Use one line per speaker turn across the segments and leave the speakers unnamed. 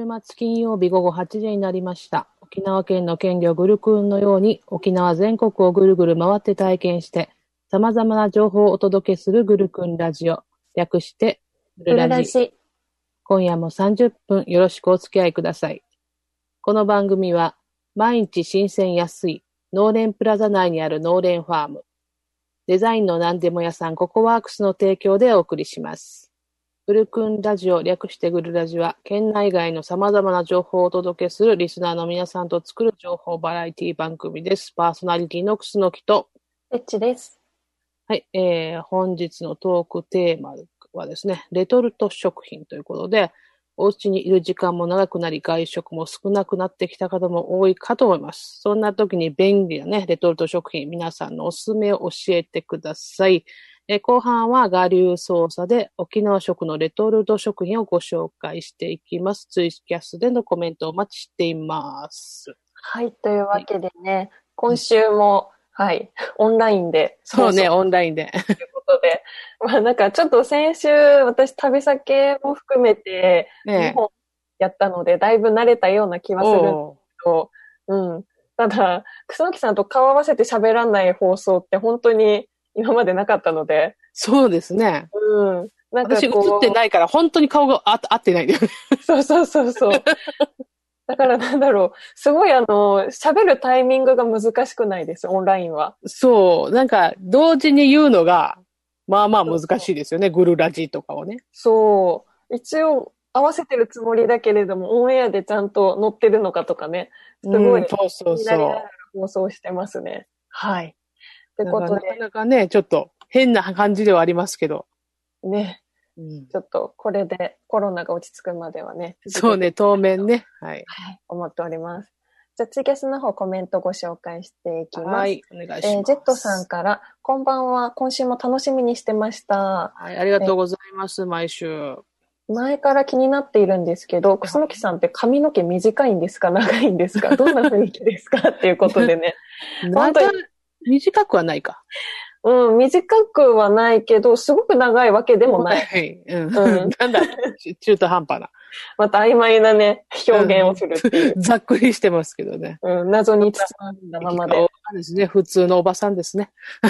週末金曜日午後8時になりました。沖縄県の県魚グルクンのように沖縄全国をぐるぐる回って体験して様々な情報をお届けするグルクンラジオ。略してグルラジ。今夜も30分よろしくお付き合いください。この番組は毎日新鮮安い農連プラザ内にある農連ファーム、デザインの何でも屋さんココワークスの提供でお送りします。グルクンラジオ略してグルラジは県内外の様々な情報をお届けするリスナーの皆さんと作る情報バラエティ番組です。パーソナリティのクスノキと
エッチです。
はい、本日のトークテーマはですね、レトルト食品ということで、お家にいる時間も長くなり外食も少なくなってきた方も多いかと思います。そんな時に便利なね、レトルト食品、皆さんのおすすめを教えてください。後半は我流操作で沖縄食のレトルト食品をご紹介していきます。ツイキャスでのコメントをお待ちしています。
はい、というわけでね、今週も、はい、オンラインで。
そうね、オンラインで。
ということで、まあなんかちょっと先週私旅先も含めて2本やったので、だいぶ慣れたような気はするんですけど、うん。ただ、楠木さんと顔合わせて喋らない放送って本当に今までなかったので。
そうですね。
うん。
なんか私映ってないから本当に顔が合ってないんだよね。
そうそうそうそう。だからなんだろう。すごい喋るタイミングが難しくないです、オンラインは。
そう。なんか、同時に言うのが、まあまあ難しいですよね。グルラジとかをね。
そう。一応合わせてるつもりだけれども、オンエアでちゃんと載ってるのかとかね。すごい。
そうそうそう。
放送してますね。はい。ってことで。
なかなかね、ちょっと変な感じではありますけど。
ね。ちょっとこれでコロナが落ち着くまではね。
そうね、当面ね。はい。
はい。思っております。じゃあツイキャスの方コメントご紹介していきます。
はい。お願いします。
ジェットさんから、こんばんは。今週も楽しみにしてました。
はい。ありがとうございます。毎週。
前から気になっているんですけど、楠木さんって髪の毛短いんですか長いんですかどんな雰囲気ですかっていうことでね。
本当に短くはないか。
うん、短くはないけど、すごく長いわけでもない。
はい。なんだ、中途半端な。
また曖昧なね、表現をするっていう。
ざっくりしてますけどね。
謎に包んだままで。
そうですね、普通のおばさんですね。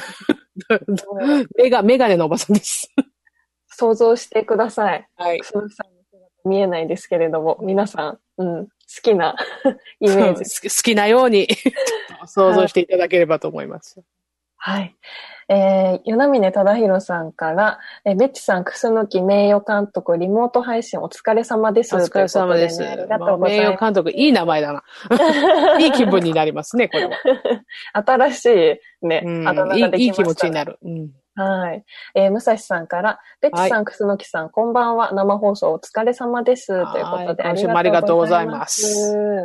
メガネのおばさんです。
想像してください。
はい。
楠木さんの姿見えないですけれども、皆さん、好きなイメージ。
好きなように想像していただければと思います。
はい。与那嶺忠宏さんから、ベッチさん、楠木名誉監督、リモート配信お疲れ様です。
お疲れ様です。
ありがとうございます。
名誉監督、いい名前だな。いい気分になりますね、これは。
新しいね、
あだ名ができましたね。いい気持ちになる。
はい。武蔵さんから、ベッチさん、楠木さん、こんばんは。生放送お疲れ様です。ということで、
今週もありがとうございます。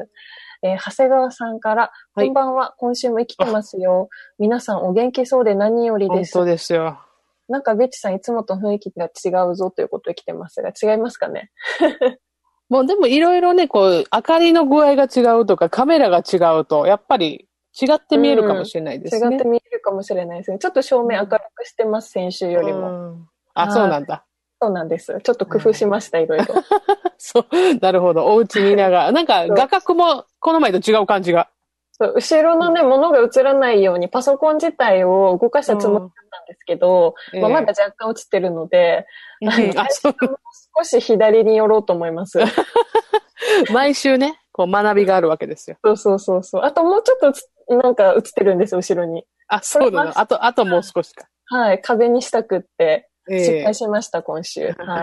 長谷川さんから、こんばんは、今週も生きてますよ。皆さんお元気そうで何よりです。
本当ですよ。
なんかベッチさんいつもと雰囲気が違うぞということで来てますが、違いますかね
もうでもいろいろね、こう、明かりの具合が違うとか、カメラが違うと、やっぱり違って見えるかもしれないですね。
違って見えるかもしれないですね。ちょっと照明明るくしてます、先週よりも。
そうなんだ。
そうなんです。ちょっと工夫しました、いろいろ。
そう、なるほど。お家にいながら。なんか画角もこの前と違う感じが。
そう後ろのね、物が映らないようにパソコン自体を動かしたつもりだったんですけど、まだ若干落ちてるので、もう少し左に寄ろうと思います。
毎週ね、こう学びがあるわけですよ。
そう。あともうちょっとなんか映ってるんですよ、後ろに。
そうだな。あともう少しか。
はい、壁にしたくって、失敗しました、今週。はい。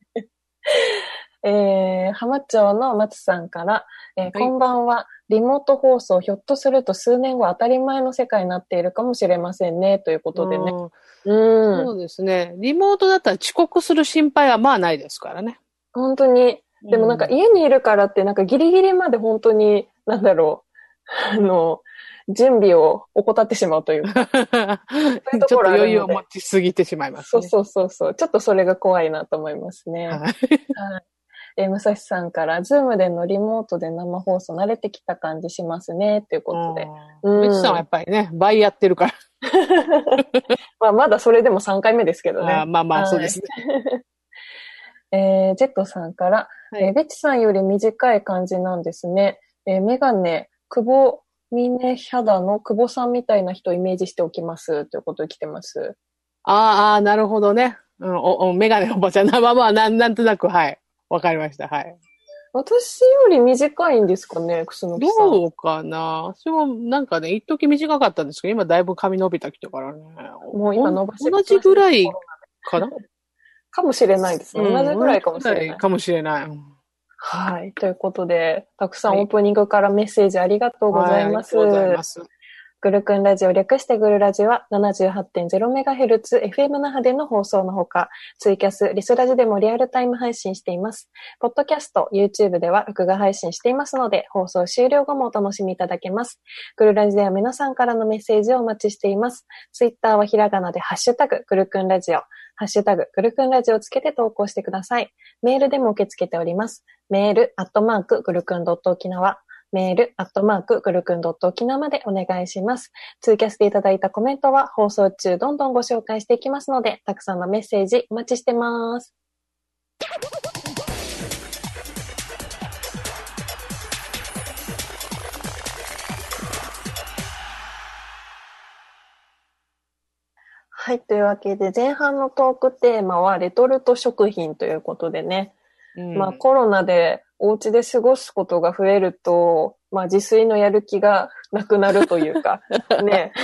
浜町の松さんから、こんばんは。リモート放送、ひょっとすると数年後当たり前の世界になっているかもしれませんね、ということでね。
そうですね。リモートだったら遅刻する心配はまあないですからね。
本当に。でもなんか家にいるからってなんかギリギリまで本当に、なんだろう、準備を怠ってしまうというか。
ちょっと余裕を持ちすぎてしまいますね。
そう。ちょっとそれが怖いなと思いますね。はい。武蔵さんから、ズームでのリモートで生放送慣れてきた感じしますね、ということで。
ベチさんはやっぱりね、倍やってるから。
まあまだそれでも3回目ですけどね。
まあ、そうですね。
ジェットさんから、
はい。
ベチさんより短い感じなんですね。メガネ、久保峰肌の久保さんみたいな人をイメージしておきます。ということで来てます。
あーあー、なるほどね。うん、メガネおばちゃん。まあまあ、なんとなく、はい。わかりました。はい。
私より短いんですかね、楠木さん。
どうかな。私もなんかね、一時短かったんですけど、今だいぶ髪伸びたきたからね。
もう今伸ばしっ
同じ
ぱなしです。
ぐらいかな。
かもしれないですね。同じ
うん、同じ
ぐらいかもしれない。
ぐらいかもしれない。うん、
はい。ということで、たくさ
はい。
んオープニングからメッセージありがとうござ
はい、
います。
ありがとうございます。
グルクンラジオ略してグルラジは 78.0MHz FM 那覇での放送のほか、ツイキャス、リスラジでもリアルタイム配信しています。ポッドキャスト、YouTube では録画配信していますので、放送終了後もお楽しみいただけます。グルラジでは皆さんからのメッセージをお待ちしています。ツイッターはひらがなでハッシュタググルクンラジオ、ハッシュタググルクンラジオをつけて投稿してください。メールでも受け付けております。メール、@グルクン沖縄。メール、グルクン沖縄までお願いします。通キャスでいただいたコメントは放送中どんどんご紹介していきますので、たくさんのメッセージお待ちしてます。はい。というわけで、前半のトークテーマはレトルト食品ということでね。
うん、
まあコロナでお家で過ごすことが増えると、まあ自炊のやる気がなくなるというか、ね。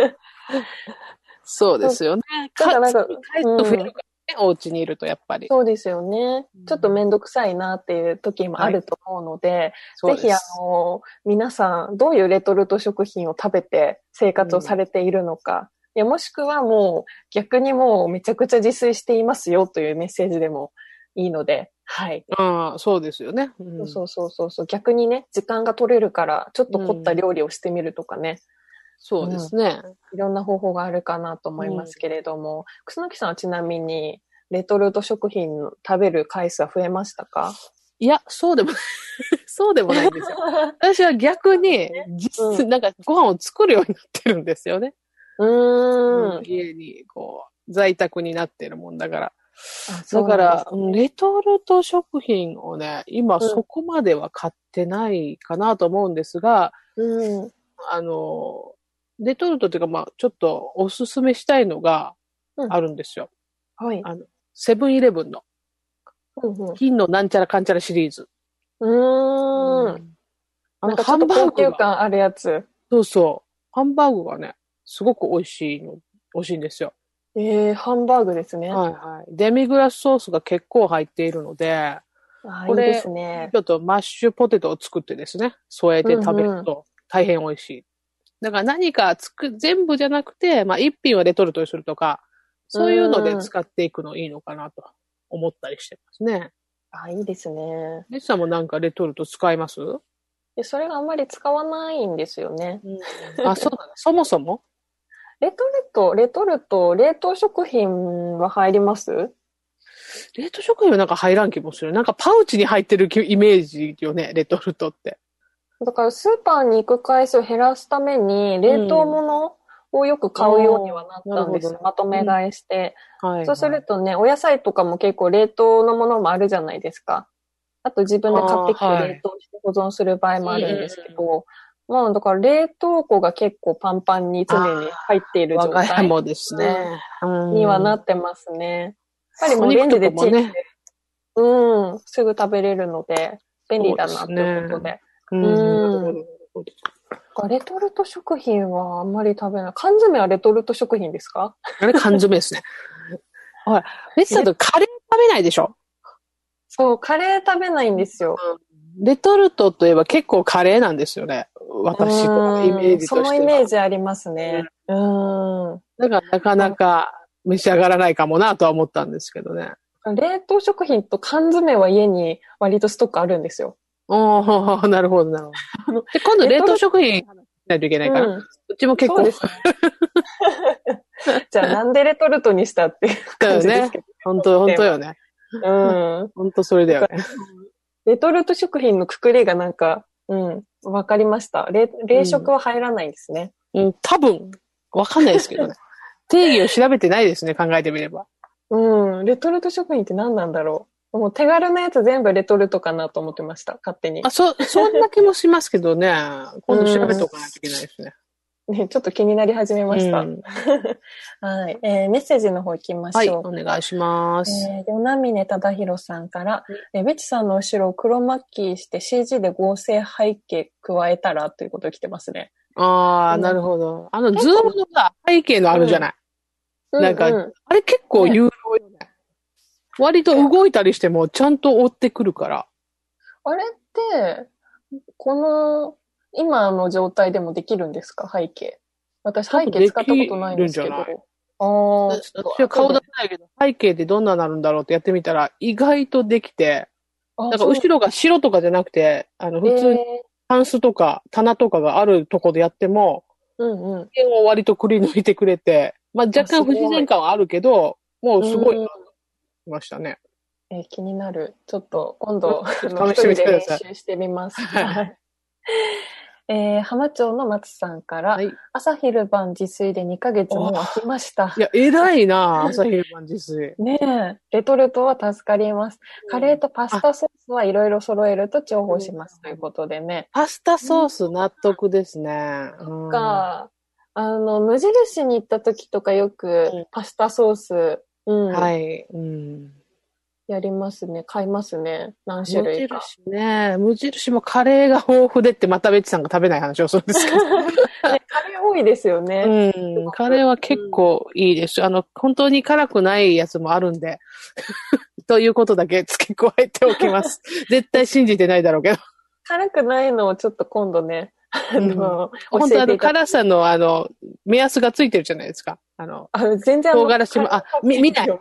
そうですよね。
ただなんか、
帰ると増えるからね、お家にいるとやっぱり。
そうですよね。ちょっと
うん、
めんどくさいなっていう時もあ
はい。
ると思うので、
そ
ぜひ
うです。
皆さんどういうレトルト食品を食べて生活をさ
うん。
れているのか、いやもしくはもう逆にもうめちゃくちゃ自炊していますよというメッセージでもいいので、はい。
ああ、そうですよね。うん。
そうそうそうそう、逆にね、時間が取れるからちょっと凝った
うん。
料理をしてみるとかね、
そうで
うん。
すね。
いろんな方法があるかなと思いま
うん。
すけれども、楠木さんはちなみに、レトルト食品食べる回数は増えましたか？
いや、そうでも、そうでもないんですよ。私は逆に、
うん。
なんかご飯を作るようになってるんですよね。
う
うん、
ーん。
家に、こう、在宅になってるもんだから。
あ、そうなんです
だから、レトルト食品をね、今
ね。
そこまでは買ってないかなと思うんですが、
うん。うん。
あの、レトルトっていうか、まあ、ちょっとおすすめしたいのが
うん。
あるんですよ。
はい。
セブンイレブンの
うん
金のなんちゃらかんちゃらシリーズ。
うん。うーん。
うん。
なんかちょ
ハン
っと高
バーグが、
級感あるやつ。
そうそう。ハンバーグがね、すごく美味しいんですよ。
ハンバーグですね。
はいはい。デミグラスソースが結構入っているので、
あ、いいで
これ、
すね。
ちょっとマッシュポテトを作ってですね、添え
う
て食べる
んうん。
と大変美味しい。だから何か全部じゃなくて、まあ一品はレトルトにするとか、
う
そういうので
ーん。
使っていくのいいのかなと思ったりしてますね。
あ、いいですね。
レッサーもなんかレトルト使います？
で、それがあんまり使わないんですよね。
うん。あ、そうだね。そもそも
レトルト、冷凍食品は入ります？
冷凍食品はなんか入らん気もする。なんかパウチに入ってるイメージよね、レトルトって。
だからスーパーに行く回数を減らすために、
う
冷凍
ん。
物をよく
あ
買うようにはなっ
あ、なるほどね。
たんですよ。まとめ
うん。
買いして。そうす
はいはい。
るとね、お野菜とかも結構冷凍のものもあるじゃないですか。あと自分で買っ
ああ、
てきて
はい。
冷凍して保存する場合
うんうん
もあるんですけ
うん。
ど、まあだから冷凍庫が結構パンパンに常
あ
に入ってい
あ、
る
我が家
状態、
もです
うん、
ね。
には
うん。
なってますね。やっぱりもうレン
お肉と
ジでチンして、
かもね。
すぐ食べれるので便利
そうで
だなというこ
すね。
とで。
うん、なるほど、
うん。
なるほど。
レトルト食品はあんまり食べない。缶詰はレトルト食品ですか？
あれ、缶詰ですね。ほら、レッサー
レ
とカレー食べないでしょ？
そう、カレー食べないんですよ。
レトルトといえば結構カレーなんですよね。私のイメージ
そのイメー
としては。
ジあります
うん。
ね。うん。
だからなかなか召し上がらないかもなとは思ったんですけどね。
冷凍食品と缶詰は家に割とストックあるんですよ。
おー、なるほど、なるほど。
あの、
で、今度冷凍
レトルト、
食品しないといけないかな。
うん。
うちも結構。
そうですね。じゃあなんでレトルトにしたっていう
だよね。
感じですけど、
本
テーマ。
当よね。
うん。
本当それだよね。
レトルト食品のくくりがなんか、わかりました。冷食は入らないんですね。
うん、多分、わかんないですけどね。定義を調べてないですね、考えてみれば。
レトルト食品って何なんだろもう手軽なやつ全部レトルトかなと思ってました、勝手に。
そんな気もしますけどね。今度調べておかないといけないですね。
ね、ちょっと気になり始めました。
うん、
はい。メッセージの方行きましょう。
はい、お願いします。
与那嶺忠宏さんから、ベチさんの後ろを黒巻きして CG で合成背景加えたらということが来てますね。
ああ、なるほど。ズームのさ、背景のあるじゃない。なんか、あれ結構有料よね。割と動いたりしてもちゃんと追ってくるから。あ
れって、この、今の状態でもできるんですか、背景。私背景使ったことないんですけど。
私は顔出さないけど、背景でどんななるんだろうってやってみたら、意外とできて、なんか後ろが白とかじゃなくて、普通にタンスとか棚とかがあるとこでやっても、点を割とくり抜いてくれて、まあ若干不自然感はあるけど、もうすごいなと思いましたね。
気になる。ちょっと今度、
試してみてください。
練習してみます。浜町の松さんから、朝昼晩自炊で2ヶ月も空きました。
いや、偉いな朝昼晩自炊。
ねえ、レトルトは助かります。カレーとパスタソースはいろいろ揃えると重宝しますということでね。
パスタソース納得ですね。
無印に行った時とかよくパスタソース、
はい。
やりますね。買いますね。何種類か。
無印もカレーが豊富でってまたベッチさんが食べない話をするんですけど。
ね、カレー多いですよね。
カレーは結構いいです。本当に辛くないやつもあるんで。ということだけ付け加えておきます。絶対信じてないだろうけど。
辛くないのをちょっと今度ね、
本当辛さの目安がついてるじゃないですか。
全然
唐辛子も、見ない。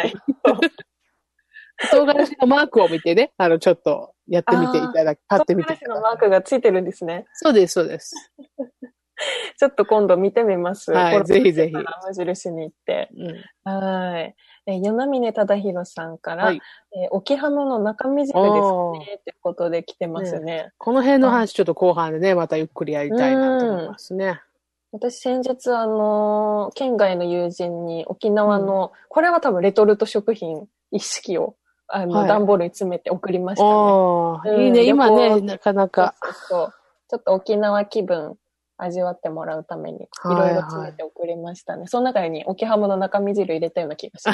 唐辛子のマークを見てね、ちょっとやってみていただき、買ってみて。
唐辛子のマークがついてるんですね。
そうです、そうです。
ちょっと今度見てみます。
はい、ぜひぜひ。
無印に行って。はい。与那嶺忠宏さんから、沖ハムの中身汁ですね、ってことで来てますね。
この辺の話ちょっと後半でね、またゆっくりやりたいなと思いますね。
私先日県外の友人に沖縄の、これは多分レトルト食品一式を、段ボールに詰めて送りましたね。
いいね、今ね、なかなか。
そうちょっと沖縄気分味わってもらうために、いろいろ詰めて送りましたね。その中に沖ハムの中身汁入れたような気がします。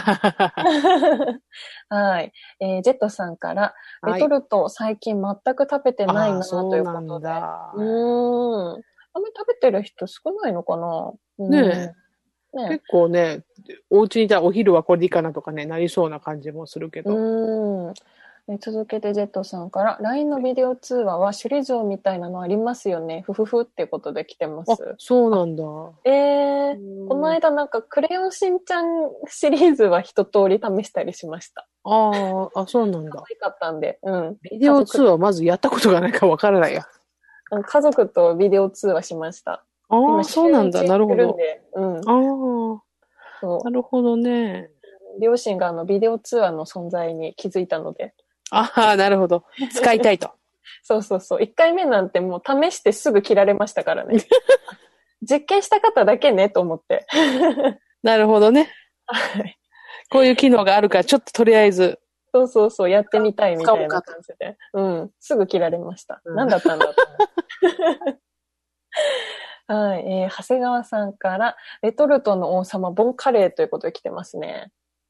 はい。ジェットさんから、レトルト最近全く食べてないなということで。あんまり食べてる人少ないのかな
ねえ。結構ね、お家にいたらお昼はこれでいいかなとかね、なりそうな感じもするけど。
続けてジェットさんから、LINE のビデオ通話は首里城みたいなのありますよね。ふふふってことで来てます。
そうなんだ。
この間なんかクレヨンしんちゃんシリーズは一通り試したりしました。
そうなんだ。
可愛かったんで。
ビデオ通話まずやったことがないかわからないや。
家族とビデオ通話しました。
そうなんだ。なるほど。なるほどね。
両親がビデオ通話の存在に気づいたので。
なるほど。使いたいと。
そう。1回目なんてもう試してすぐ切られましたからね。実験した方だけね、と思って。
なるほどね。こういう機能があるから、ちょっととりあえず。
そう、やってみたいみたいな感じで。すぐ切られました。何だったんだと思って。はい、長谷川さんから、レトルトの王様、ボンカレーということで来てますね。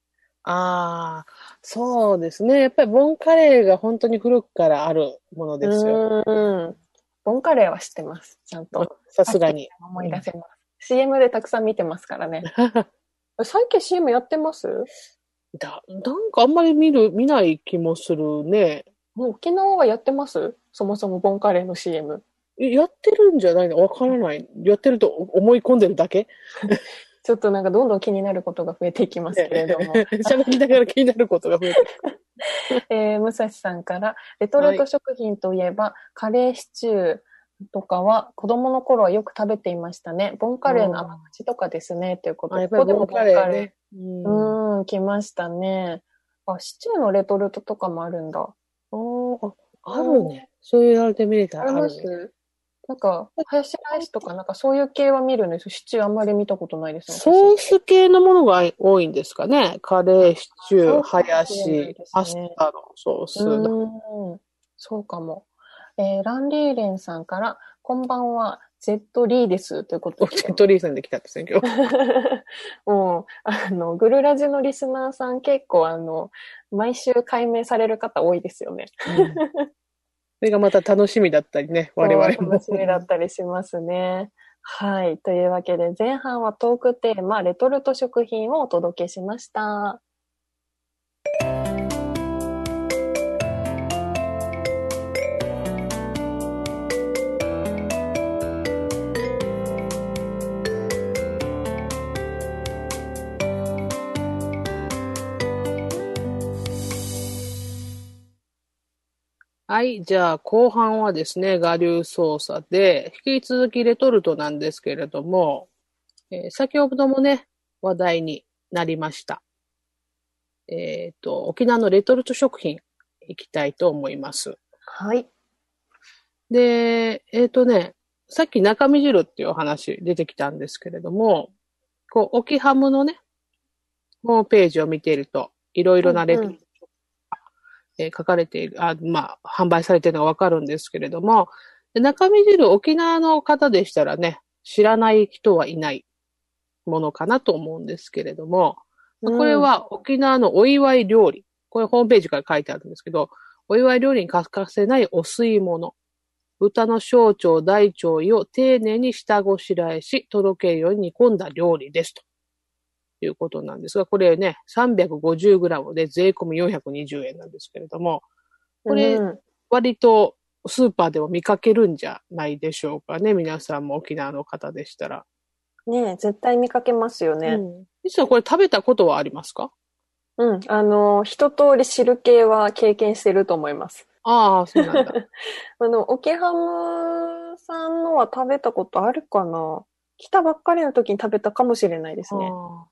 そうですね。やっぱりボンカレーが本当に古くからあるものですよ。
ボンカレーは知ってます。ちゃんと。
さすがに。
思い出せます。CM でたくさん見てますからね。最近 CM やってます？
なんかあんまり見ない気もするね。
もう沖縄はやってます？そもそもボンカレーの CM。
やってるんじゃないの？わからない。やってると思い込んでるだけ
ちょっとなんかどんどん気になることが増えていきますけれども。
喋りながら気になることが増えて
る。武蔵さんから、レトルト食品といえば、カレーシチューとかは子供の頃はよく食べていましたね。ボンカレーの甘口とかですね。ということで。
ここでもボンカレーね。
来ましたね。シチューのレトルトとかもあるんだ。
あるね。そう言われてみれたらあるね。
なんか、ハヤシライスとかなんかそういう系は見るんですよ。シチューあんまり見たことないですね、
ソース系のものが多いんですかね。カレー、シチュー、ハヤシ、パスタのソース。
そうかも。ランリーレンさんから、こんばんは、Z リーですということで。
Z リーさんで来たんですね、今日。
もう、グルラジのリスナーさん結構毎週解明される方多いですよね。
それがまた楽しみだったりね、我々も。
楽しみだったりしますね。はい。というわけで、前半はトークテーマ、レトルト食品をお届けしました。
はい。じゃあ、後半はですね、我流操作で、引き続きレトルトなんですけれども、先ほどもね、話題になりました。沖縄のレトルト食品、いきたいと思います。
はい。
で、さっき中身汁っていうお話出てきたんですけれども、沖ハムのね、ホームページを見ていると、いろいろなレトルト書かれている、販売されているのがわかるんですけれども、中身汁、沖縄の方でしたらね、知らない人はいないものかなと思うんですけれども、これは沖縄のお祝い料理。これホームページから書いてあるんですけど、お祝い料理に欠かせないお吸い物。豚の小腸、大腸胃を丁寧に下ごしらえし、とろけるように煮込んだ料理です。ということなんですが、これね、350g で税込み420円なんですけれども、これ、割とスーパーでも見かけるんじゃないでしょうかね。皆さんも沖縄の方でしたら。
ねえ、絶対見かけますよね。
実はこれ食べたことはありますか？
一通り汁系は経験してると思います。
ああ、そうなんだ。
沖ハムさんのは食べたことあるかな？来たばっかりの時に食べたかもしれないですね。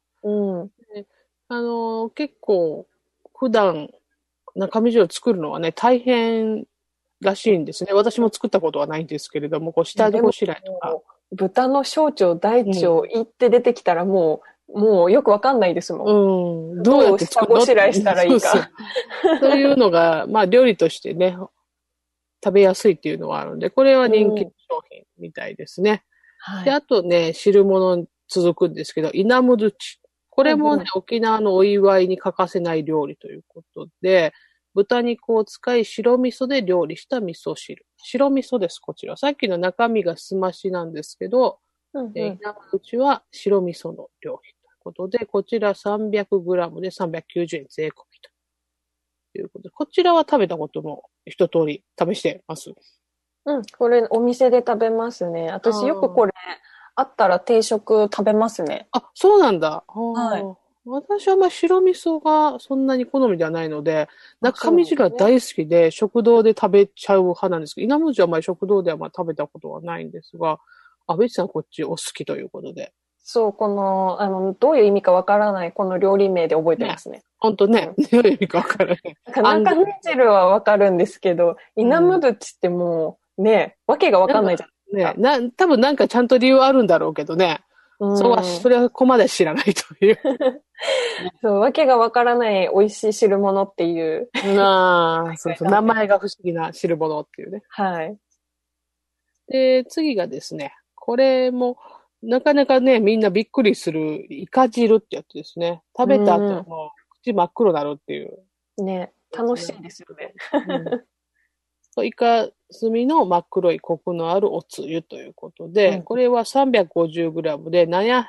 結構、普段、中身汁を作るのはね、大変らしいんですね。私も作ったことはないんですけれども、下ごしらえとか。
豚の小腸、大腸、胃って出てきたらもうよくわかんないですもん。どうやって下ごしらえしたらいいか。
そういうのが、料理としてね、食べやすいっていうのはあるので、これは人気の商品みたいですね。で、あとね、汁物続くんですけど、イナムドゥチ。これもね、沖縄のお祝いに欠かせない料理ということで、豚肉を使い白味噌で料理した味噌汁。白味噌です、こちら。さっきの中身がすましなんですけど、イナムドゥチは白味噌の料理ということで、こちら 300g で390円税込みということで、こちらは食べたことも一通り試してます。
これお店で食べますね。私よくこれあったら定食食べますね。
あ、そうなんだ。
はい。
私は白味噌がそんなに好みではないので、中身汁は大好きで、食堂で食べちゃう派なんですけど、稲文字は食堂では食べたことはないんですが、ベチさんこっちお好きということで。
そう、どういう意味かわからないこの料理名で覚えてますね。
ほんとね、どういう意味かわからない。
中身汁はわかるんですけど、イナムドゥチってもう、ね、わけがわかんないじゃないですか。
多分なんかちゃんと理由あるんだろうけどね。それはここまで知らないという。
そう、わけがわからない美味しい汁物っていう。
そうそう。名前が不思議な汁物っていうね。
はい。
で、次がですね、これも、なかなかね、みんなびっくりするイカ汁ってやつですね。食べた後もう口真っ黒になるっていう。
ね、楽しいですよね。
イカ墨の真っ黒いコクのあるおつゆということで、これは 350g で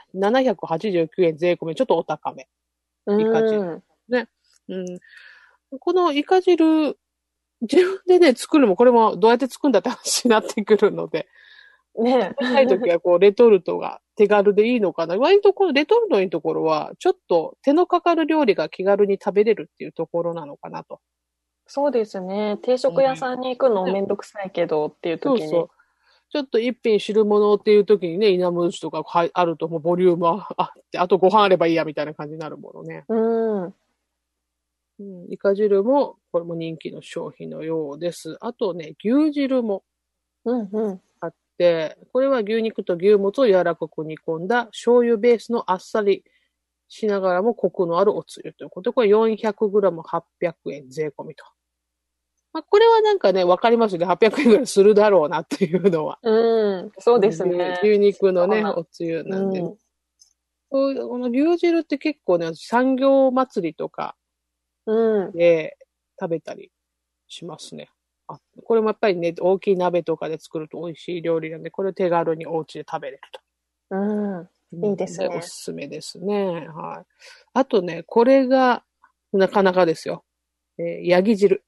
789円税込み、ちょっとお高め。イカ汁。ね。このイカ汁、自分でね、作るのも、これもどうやって作るんだって話になってくるので、
ね
食べたいときはレトルトが手軽でいいのかな。割とこのレトルトのいいところは、ちょっと手のかかる料理が気軽に食べれるっていうところなのかなと。
そうですね。定食屋さんに行くのめんどくさいけどっていう時に。
そう。ちょっと一品汁物っていう時にね、稲むしとかあるともうボリュームはあって、あとご飯あればいいやみたいな感じになるものね。イカ汁も、これも人気の商品のようです。あとね、牛汁も。 あって、これは牛肉と牛もつを柔らかく煮込んだ醤油ベースのあっさりしながらもコクのあるおつゆということで、これ 400g800 円税込みと。まあ、これはなんかね、わかりますよね。800円ぐらいするだろうなっていうのは。
そうですね。
牛肉のね、おつゆなんで、ね。この牛汁って結構ね、産業祭りとかで食べたりしますね。これもやっぱりね、大きい鍋とかで作ると美味しい料理なんで、これを手軽にお家で食べれる
と。いいですね。
おすすめですね。はい。あとね、これがなかなかですよ。ヤギ汁。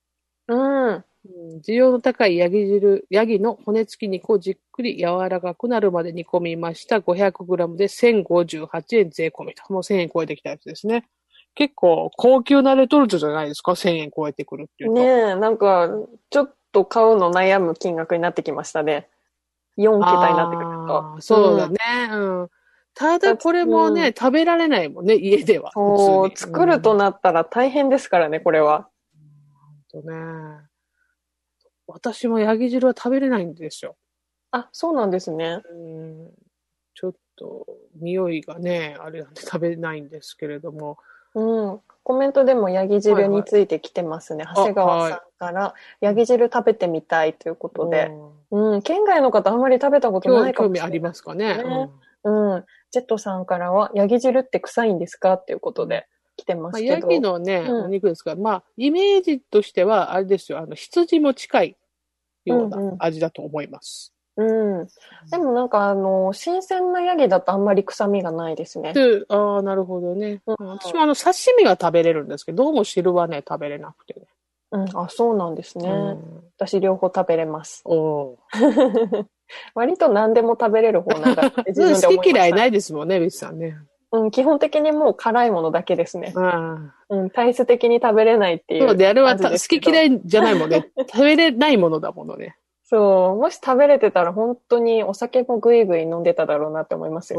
需要の高いヤギの骨付き肉をじっくり柔らかくなるまで煮込みました。500g で1058円税込みと。もう1000円超えてきたやつですね。結構高級なレトルトじゃないですか？ 1000 円超えてくるっていうと。
ねえ、なんか、ちょっと買うの悩む金額になってきましたね。4桁になってくると。
そうだね。ただこれもね、食べられないもんね、家では。
そう、作るとなったら大変ですからね、これは。
ほんとね。私もヤギ汁は食べれないんですよ。
あ、そうなんですね。
ちょっと匂いがね、あれなんで食べれないんですけれども。
コメントでもヤギ汁について来てますね。長谷川さんから、ヤギ汁食べてみたいということで。県外の方あんまり食べたことないかもしれない。
興味ありますかね。
ジェットさんからは、ヤギ汁って臭いんですかっていうことで来てますけど。
ヤギのね、お肉ですから、イメージとしては、あれですよ、羊も近いような味だと思います。
でもなんか新鮮なヤギだとあんまり臭みがないですね。
なるほどね。私も刺身は食べれるんですけど、どうも汁はね、食べれなくてね。
そうなんですね。私両方食べれます。割と何でも食べれる方なんだって自分で思いました。
好き嫌いないですもんね、ビスさんね。
基本的にもう辛いものだけですね。体質的に食べれないっていう。
そうで、あれは好き嫌いじゃないもんね。食べれないものだものね。
そう。もし食べれてたら本当にお酒もぐいぐい飲んでただろうなって思いますよ。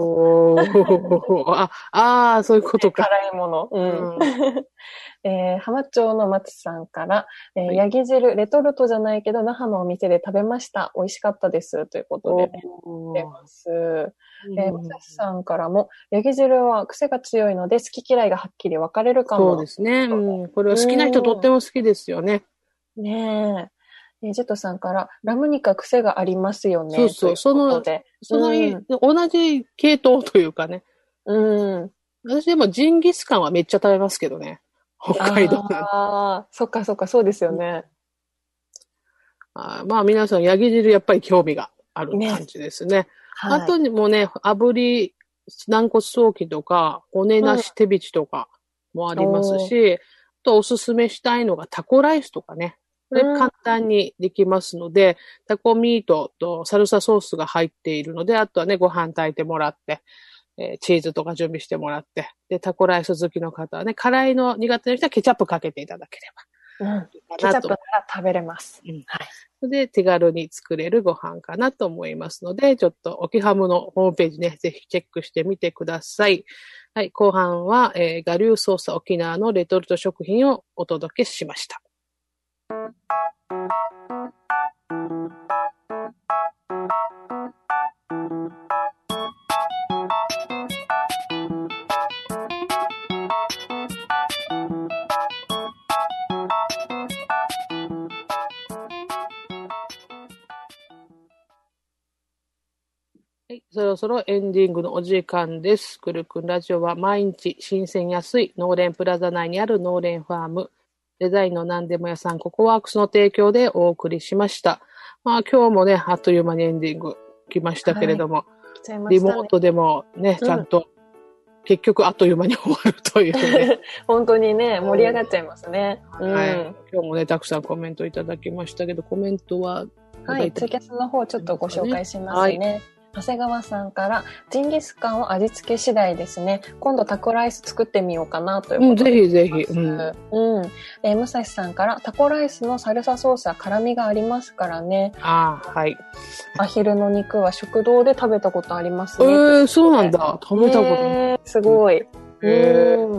そういうことか。
辛いもの。浜町の松さんから、ヤギ汁、レトルトじゃないけど、那覇のお店で食べました。美味しかったです。ということで、出ます。松さんからも、ヤギ汁は癖が強いので、好き嫌いがはっきり分かれるかも。
そうですね。これは好きな人とっても好きですよね。
ねえ。ジェットさんから、ラム肉は癖がありますよね。
そう。同じ系統というかね。私でもジンギスカンはめっちゃ食べますけどね。北海道なん
で。そっか、そうですよね。
皆さん、ヤギ汁やっぱり興味がある感じですね。あとにもね、炙り、軟骨早期とか、骨なし手びちとかもありますし、あとおすすめしたいのがタコライスとかね。これ簡単にできますので、タコミートとサルサソースが入っているので、あとはね、ご飯炊いてもらって、チーズとか準備してもらって、で、タコライス好きの方はね、辛いの苦手な人はケチャップかけていただければ。
ケチャップなら食べれます。
で、手軽に作れるご飯かなと思いますので、ちょっとオキハムのホームページね、ぜひチェックしてみてください。はい、後半は、我流操作沖縄のレトルト食品をお届けしました。はい、そろそろエンディングのお時間です。くるくんラジオは毎日新鮮安い農連プラザ内にある農連ファーム、デザインの何でも屋さんココワークスの提供でお送りしました。今日もね、あっという間にエンディング来ましたけれども、リモートでもね、ちゃんと、結局あっという間に終わるというね。
本当にね、盛り上がっちゃいますね。
今日もね、たくさんコメントいただきましたけど、コメントは、
ツイキャスの方ちょっとご紹介しますね。長谷川さんから、ジンギスカンを味付け次第ですね。今度タコライス作ってみようかなということで。
ぜひ。
武蔵さんから、タコライスのサルサソースは辛みがありますからね。
はい。
アヒルの肉は食堂で食べたことありますね。
そうなんだ。食べたことない。
すごい。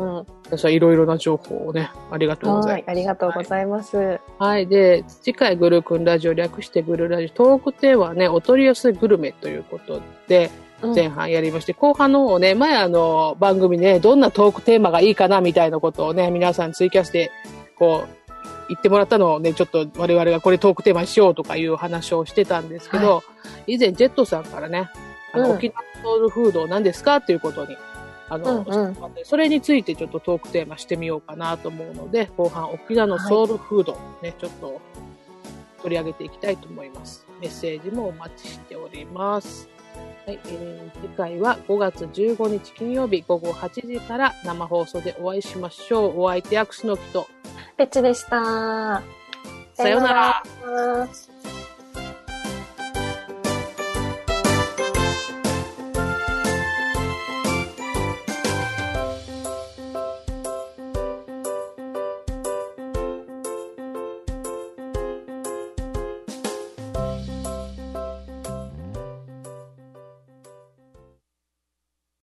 私はいろいろな情報をね、ありがとうございます。
はい、ありがとうございます。はい。
はい、で、次回グルクンラジオ略してグルラジオ、トークテーマはね、お取り寄せグルメということで、前半やりまして、後半の方ね、前番組ね、どんなトークテーマがいいかなみたいなことをね、皆さんツイキャスで、こう、言ってもらったのをね、ちょっと我々がこれトークテーマにしようとかいう話をしてたんですけど、はい、以前ジェットさんからね、沖縄ソウルフード何ですかっていうことに、それについてちょっとトークテーマしてみようかなと思うので、後半沖縄のソウルフードね、ちょっと取り上げていきたいと思います。メッセージもお待ちしております。はい、次回は5月15日金曜日午後8時から生放送でお会いしましょう。お相手は楠木と
ペッチでした。
さようなら。